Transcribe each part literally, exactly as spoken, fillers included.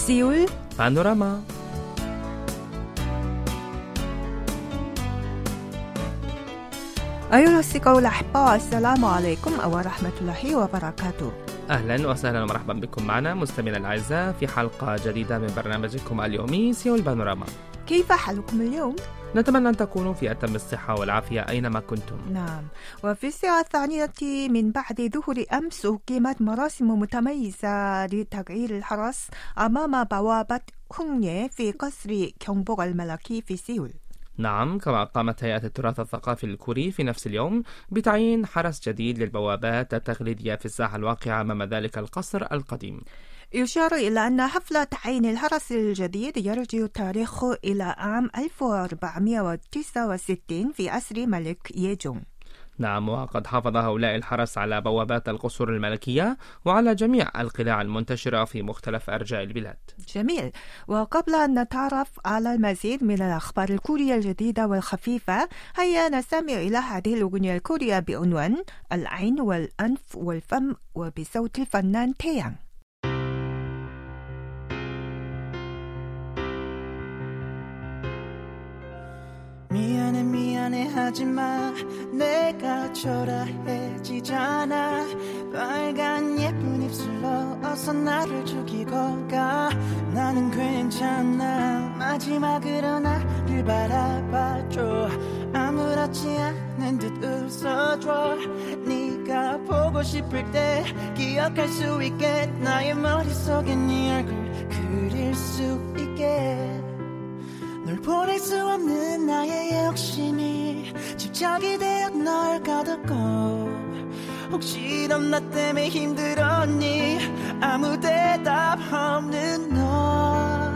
سيول بانوراما. أيها الأصدقاء الأحباء، السلام عليكم ورحمة الله وبركاته. أهلا وسهلا ومرحبا بكم معنا مستمعينا الأعزاء في حلقة جديدة من برنامجكم اليومي سيول بانوراما. كيف حالكم اليوم؟ نتمنى أن تكونوا في أتم الصحة والعافية أينما كنتم. نعم، وفي الساعة الثانية من بعد ظهر أمس أقيمت مراسم متميزة لتغيير الحرس أمام بوابة هونغيه في قصر كيونgbok الملكي في سيول. نعم، كما قامت هيئة التراث الثقافي الكوري في نفس اليوم بتعيين حرس جديد للبوابات التقليدية في الساحة الواقعة أمام ذلك القصر القديم. يشار إلى أن حفل تعيين الحرس الجديد يرجع تاريخه إلى عام ألف وأربعمائة وتسعة وستين في عصر ملك يجونغ. نعم، وقد حافظ هؤلاء الحرس على بوابات القصور الملكية وعلى جميع القلاع المنتشرة في مختلف أرجاء البلاد. جميل. وقبل أن نتعرف على المزيد من الأخبار الكورية الجديدة والخفيفة، هيا نستمع إلى هذه الأغنية الكورية بعنوان العين والأنف والفم وبصوت الفنان 태양. 미안해 미안해 하지마 내가 초라해지잖아 빨간 예쁜 입술로 어서 나를 죽이고 가 나는 괜찮아 마지막으로 나를 바라봐줘 아무렇지 않은 듯 웃어줘 네가 보고 싶을 때 기억할 수 있게 나의 머릿속에 네 얼굴 그릴 수 있게 널 보낼 수 없는 나의 욕심이 집착이 되어 널 가뒀고 혹시 넌 나 때문에 힘들었니 아무 대답 없는 너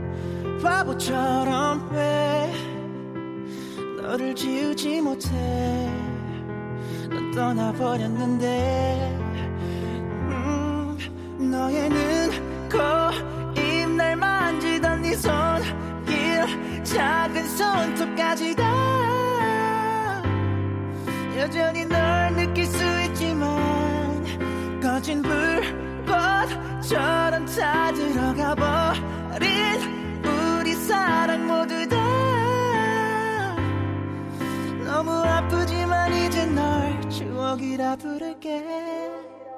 바보처럼 왜 너를 지우지 못해 넌 떠나버렸는데 음, 너의 눈, 코, 입 날 만지던 네 손 작은 손톱까지 다 여전히 널 느낄 수 있지만 꺼진 불꽃처럼 다 들어가 버린 우리 사랑 모두 다 너무 아프지만 이제 널 추억이라 부를게.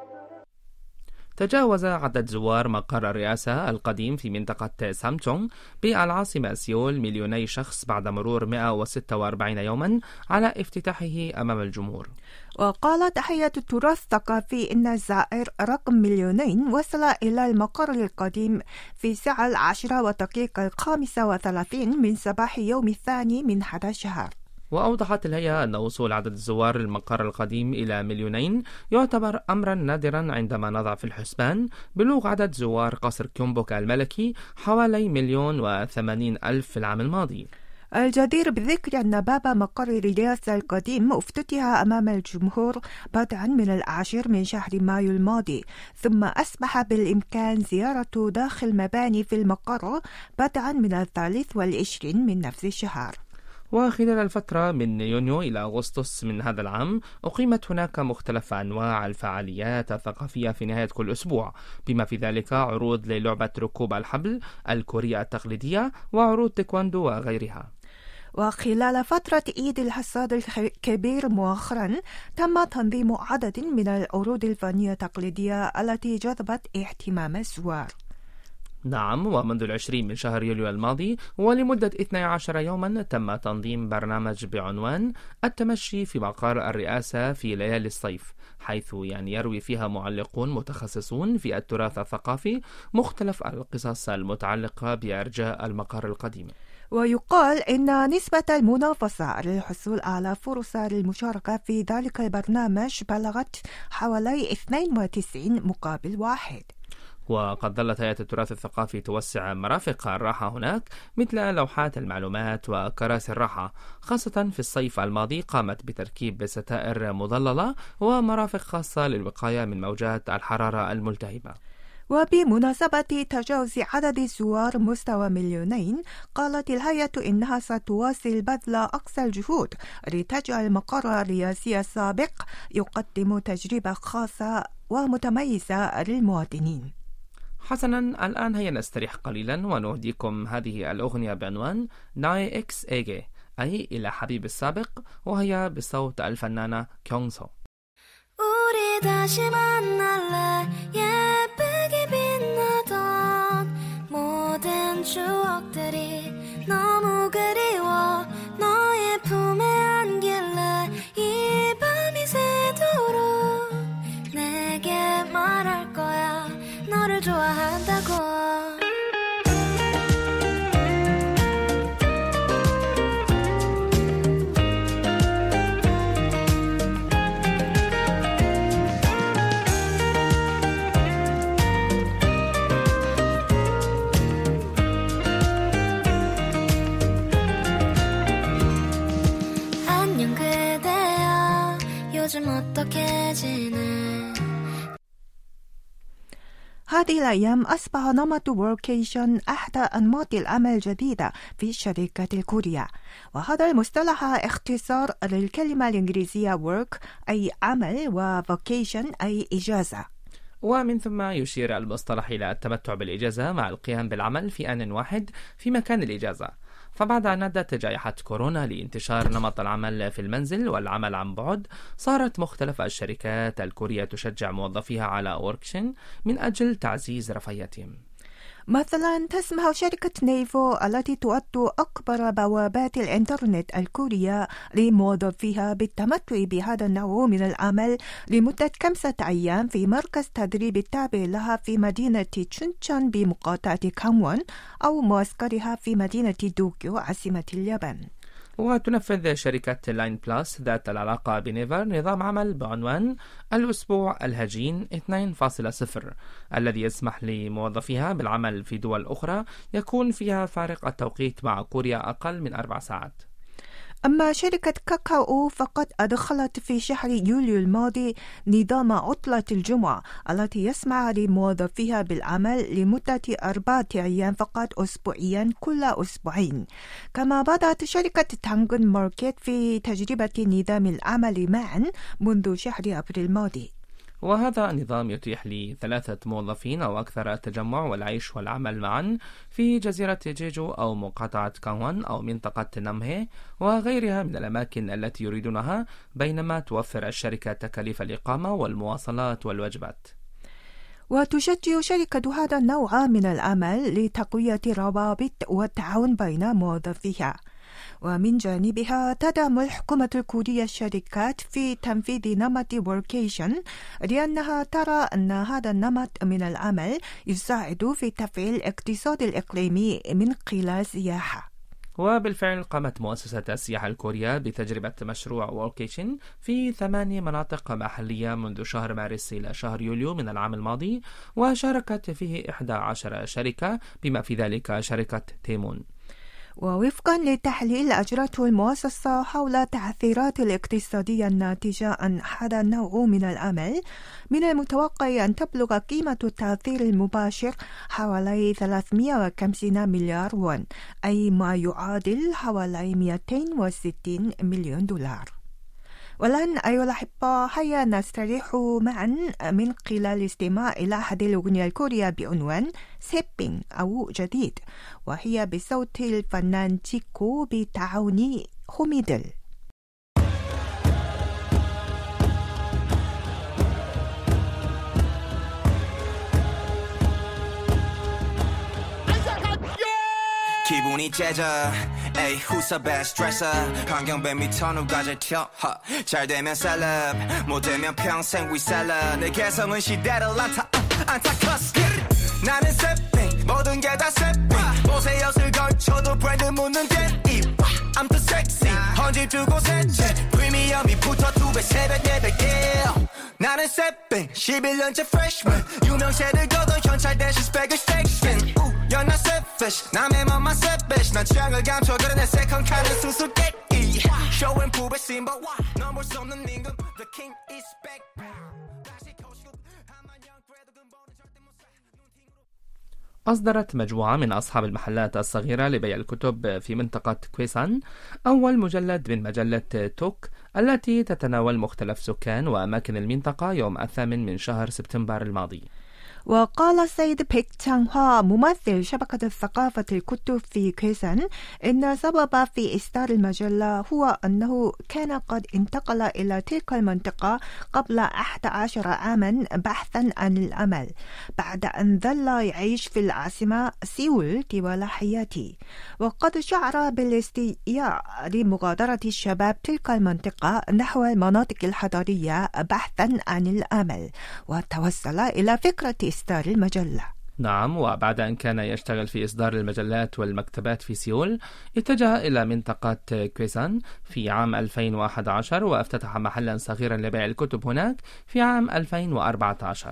تجاوز عدد زوار مقر الرئاسة القديم في منطقة سامتونغ بالعاصمة سيول مليوني شخص بعد مرور مئة وستة وأربعين يوما على افتتاحه أمام الجمهور. وقالت هيئة التراث الثقافي إن الزائر رقم مليونين وصل إلى المقر القديم في الساعة العاشرة والدقيقة الخامسة وثلاثين من صباح يوم الثاني من هذا الشهر. وأوضحت الهيئة أن وصول عدد الزوار المقر القديم إلى مليونين يعتبر أمرا نادرا عندما نضع في الحسبان بلوغ عدد زوار قصر كيونgbok الملكي حوالي مليون وثمانين ألف في العام الماضي. الجدير بالذكر أن باب مقر الرئاسة القديم افتتح أمام الجمهور بدءا من العاشر من شهر مايو الماضي، ثم أصبح بالإمكان زيارة داخل مباني في المقر بدءا من الثالث والعشرين من نفس الشهر. وخلال الفترة من يونيو إلى أغسطس من هذا العام أقيمت هناك مختلف أنواع الفعاليات الثقافية في نهاية كل أسبوع، بما في ذلك عروض للعبة ركوب الحبل الكورية التقليدية وعروض تايكوندو وغيرها. وخلال فترة عيد الحصاد الكبير مؤخرا تم تنظيم عدد من العروض الفنية التقليدية التي جذبت اهتمام الزوار. نعم، ومنذ العشرين من شهر يوليو الماضي ولمدة اثني عشر يوما تم تنظيم برنامج بعنوان التمشي في مقر الرئاسة في ليالي الصيف، حيث يعني يروي فيها معلقون متخصصون في التراث الثقافي مختلف القصص المتعلقة بأرجاء المقر القديم. ويقال إن نسبة المنافسة للحصول على فرص للمشاركة في ذلك البرنامج بلغت حوالي اثنين وتسعين مقابل واحد. وقد ظلت هيئة التراث الثقافي توسع مرافق الراحة هناك مثل لوحات المعلومات وكراسي الراحة، خاصة في الصيف الماضي قامت بتركيب ستائر مظللة ومرافق خاصة للوقاية من موجات الحرارة الملتهبة. وبمناسبة تجاوز عدد الزوار مستوى مليونين، قالت الهيئة إنها ستواصل بذل أقصى الجهود لتجعل المقر الرئاسي السابق يقدم تجربة خاصة ومتميزة للمواطنين. حسنا، الآن هيا نستريح قليلا ونهديكم هذه الأغنية بعنوان ناي إكس إيجي، أي إلى حبيب السابق، وهي بصوت الفنانة كيونسو. 우리 다시 만날래 예쁘게 빛나던 모든 추억들이 너무 그리워 너의 품에 안길래 이 밤이 새도록 내게 말할 거야 너를 좋아한다고. هذه الأيام أصبح نمط وركيشن أحد أنماط العمل الجديدة في الشركات الكورية، وهذا المصطلح اختصار للكلمة الإنجليزية work أي عمل و vacation أي إجازة، ومن ثم يشير المصطلح إلى التمتع بالإجازة مع القيام بالعمل في آن واحد في مكان الإجازة. فبعد أن أدت جائحة كورونا لانتشار نمط العمل في المنزل والعمل عن بعد، صارت مختلف الشركات الكورية تشجع موظفيها على وركشن من أجل تعزيز رفاهيتهم. مثلا تسمح شركة نيفو التي تعد أكبر بوابات الإنترنت الكورية لموظفيها بالتمتع بهذا النوع من العمل لمدة خمسة أيام في مركز تدريب التابع لها في مدينة تشونشان بمقاطعة كانوون أو معسكرها في مدينة طوكيو عاصمة اليابان. وتنفذ شركة لاين بلاس ذات العلاقة بنيفر نظام عمل بعنوان الأسبوع الهجين اثنين فاصلة صفر الذي يسمح لموظفيها بالعمل في دول أخرى يكون فيها فارق التوقيت مع كوريا أقل من أربع ساعات. أما شركة كاكاو فقد أدخلت في شهر يوليو الماضي نظام عطلة الجمعة التي يسمح لموظفيها بالعمل لمدة أربعة أيام فقط أسبوعيا كل أسبوعين. كما بدأت شركة تانجن ماركت في تجربة نظام العمل معا منذ شهر أبريل الماضي. وهذا النظام يتيح لثلاثة موظفين أو أكثر التجمع والعيش والعمل معا في جزيرة جيجو أو مقاطعة كانوان أو منطقة نامهي وغيرها من الأماكن التي يريدونها، بينما توفر الشركة تكاليف الإقامة والمواصلات والوجبات. وتشجع شركة هذا النوع من العمل لتقوية الروابط والتعاون بين موظفيها. ومن جانبها تدعم الحكومة الكورية الشركات في تنفيذ نمط وركيشن لأنها ترى أن هذا النمط من العمل يساعد في تفعيل الاقتصاد الإقليمي من خلال السياحة. وبالفعل قامت مؤسسة السياحة الكورية بتجربة مشروع ووركيشن في ثماني مناطق محلية منذ شهر مارس إلى شهر يوليو من العام الماضي، وشاركت فيه إحدى عشرة شركة بما في ذلك شركة تيمون. ووفقا للتحليل أجرته المؤسسة حول التأثيرات الاقتصادية الناتجة عن هذا النوع من العمل، من المتوقع أن تبلغ قيمة التأثير المباشر حوالي ثلاثمائة وخمسين مليار وون، أي ما يعادل حوالي مئتين وستين مليون دولار. والآن أيها الأحبة هيا نستريح معا من خلال الاستماع إلى أحد الأغنية الكورية بعنوان سيبين أو جديد، وهي بصوت الفنان تشيكو بتعاون 호미들. 기분이 째져 에이 who's the best dresser 환경뱀이 터놓가지 튀어 잘 되면 셀럽 못 되면 평생 reseller 내 개성은 시대를 안타 안타커스 나는 세핑 모든 게 다 세핑 옷에 엿을 걸쳐도 브랜드 묻는 데입 I'm too sexy 헌집 주고 세채 프리미엄이 붙어 두 배 세 배 네 배 yeah 나는 세핑 십일 년째 freshman 유명세들 거둔 현찰 대신 스펙을 station You're not selfish 남의 맘만 selfish 난 취향을 감춰 그래 내 second 칸은 수수께끼 showing 부배 심보 넌 볼 수 없는 임금 the king is back 다시 거시고 한만영 그래도 근본은 절대 못 사 أصدرت مجموعة من أصحاب المحلات الصغيرة لبيع الكتب في منطقة كويسان أول مجلد من مجلة توك التي تتناول مختلف سكان وأماكن المنطقة يوم الثامن من شهر سبتمبر الماضي. وقال السيد بيك تشانغهوا ممثل شبكة الثقافة الكتب في كويسان إن سبب في إصدار المجلة هو أنه كان قد انتقل إلى تلك المنطقة قبل أحد عشر عاما بحثا عن الأمل بعد أن ظل يعيش في العاصمة سيول طوال حياته، وقد شعر بالاستياء لمغادرة الشباب تلك المنطقة نحو المناطق الحضرية بحثا عن الأمل، وتوصل إلى فكرة إصدار المجلة. نعم، وبعد أن كان يشتغل في إصدار المجلات والمكتبات في سيول، اتجه إلى منطقة كويسان في عام ألفين وأحد عشر وافتتح محلا صغيرا لبيع الكتب هناك في عام ألفين وأربعة عشر.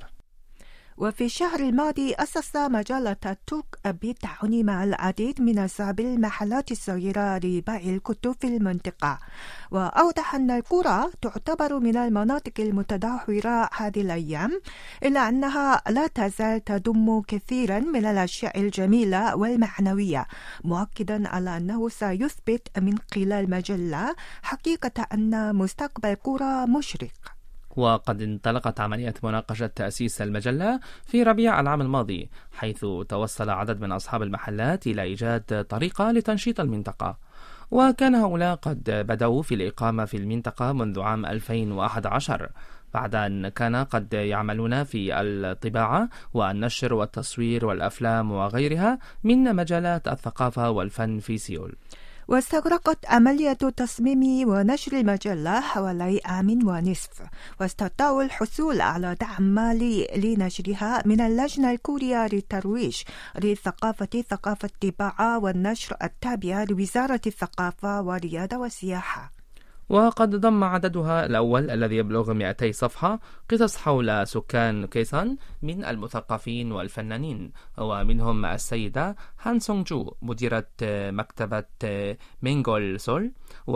وفي الشهر الماضي أسس مجلة توك بالتعاون مع العديد من أصحاب المحلات الصغيرة لبيع الكتب في المنطقة، وأوضح أن القرى تعتبر من المناطق المتدهورة هذه الأيام، إلا أنها لا تزال تضم كثيرا من الأشياء الجميلة والمعنوية، مؤكدا على أنه سيثبت من خلال المجلة حقيقة أن مستقبل القرى مشرق. وقد انطلقت عملية مناقشة تأسيس المجلة في ربيع العام الماضي، حيث توصل عدد من أصحاب المحلات إلى إيجاد طريقة لتنشيط المنطقة، وكان هؤلاء قد بدأوا في الإقامة في المنطقة منذ عام ألفين وأحد عشر، بعد أن كان قد يعملون في الطباعة والنشر والتصوير والأفلام وغيرها من مجالات الثقافة والفن في سيول. واستغرقت عملية تصميم ونشر المجلة حوالي عام ونصف، واستطاعوا الحصول على دعم مالي لنشرها من اللجنة الكورية للترويج للثقافة ثقافة الطباعة والنشر التابعة لوزارة الثقافة والرياضة والسياحة. وقد ضم عددها الأول الذي يبلغ مئتي صفحة قصص حول سكان كويسان من المثقفين والفنانين، ومنهم السيدة هان سونغ جو مديرة مكتبة مينغول سول،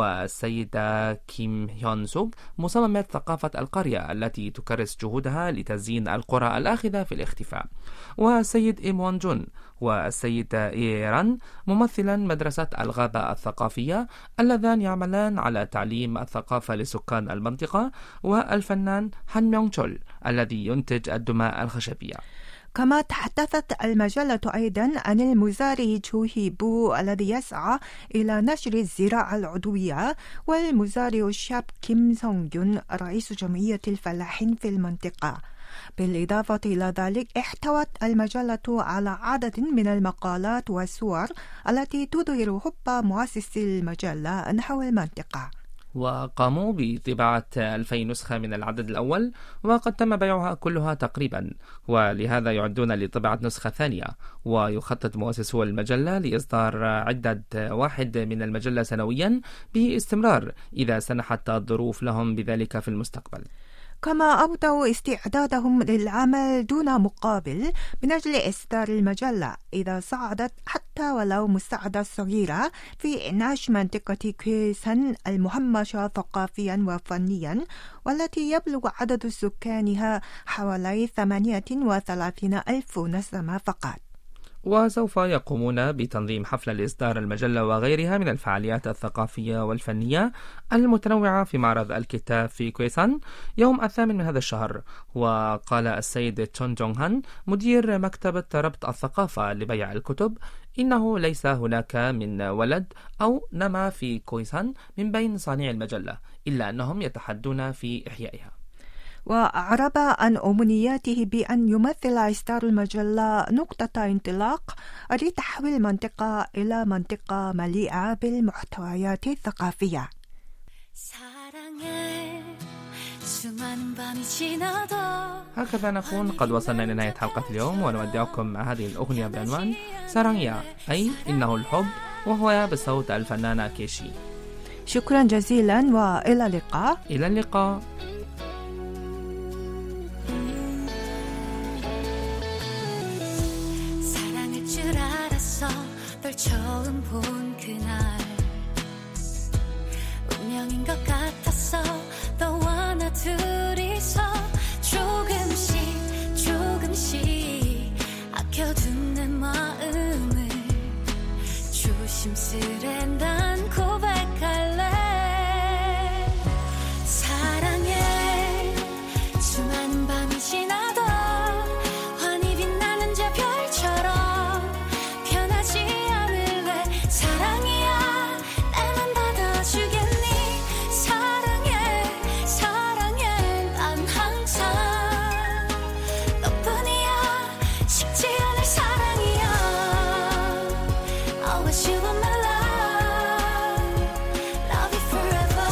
والسيدة كيم هيون سوك مصممة ثقافة القرية التي تكرس جهودها لتزيين القرى الآخذة في الاختفاء، والسيد إيم وان جون، والسيدة إيران ممثلا مدرسة الغابة الثقافية، اللذان يعملان على تعليم الثقافة لسكان المنطقة، والفنان هان ميونغ تشول الذي ينتج الدماء الخشبية. كما تحدثت المجلة أيضا عن المزارع جو هي بو الذي يسعى إلى نشر الزراعة العضوية، والمزارع الشاب كيم سونغ يون رئيس جمعية الفلاحين في المنطقة. بالإضافة إلى ذلك احتوت المجلة على عدد من المقالات والصور التي تظهر حب مؤسسي المجلة نحو المنطقة. وقاموا بطباعة ألفي نسخة من العدد الأول، وقد تم بيعها كلها تقريبا، ولهذا يعدون لطباعة نسخة ثانية. ويخطط مؤسسو المجلة لإصدار عدة واحد من المجلة سنويا باستمرار إذا سنحت الظروف لهم بذلك في المستقبل. كما أبدوا استعدادهم للعمل دون مقابل من أجل إصدار المجلة إذا صعدت حتى ولو مساعدة صغيرة في إنعاش منطقة كويسان المهمشة ثقافيا وفنيا، والتي يبلغ عدد سكانها حوالي ثمانية وثلاثين ألف نسمة فقط. وسوف يقومون بتنظيم حفل لإصدار المجلة وغيرها من الفعاليات الثقافية والفنية المتنوعة في معرض الكتاب في كويسان يوم الثامن من هذا الشهر. وقال السيد تشون جونغ هان مدير مكتبة ربط الثقافة لبيع الكتب إنه ليس هناك من ولد أو نما في كويسان من بين صانعي المجلة، إلا أنهم يتحدون في إحيائها. وأعرب عن أمنياته بأن يمثل إصدار المجلة نقطة انطلاق لتحويل المنطقة إلى منطقة مليئة بالمحتويات الثقافية. هكذا نكون قد وصلنا إلى نهاية حلقة اليوم، ونودعكم مع هذه الأغنية بعنوان 사랑이야 أي إنه الحب، وهو بصوت الفنانة كيشي. شكرا جزيلا وإلى اللقاء. إلى اللقاء. 널 처음 본 그날 운명인 것 같았어. 너와 나 둘이서 조금씩 조금씩 아껴둔 내 마음을 조심스레 난 고백할래. 사랑해. 수많은 밤이 지나도 환히 식지 않을 사랑이야. Always you are my love. Love you forever.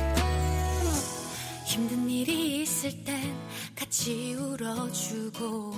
힘든 일이 있을 땐 같이 울어주고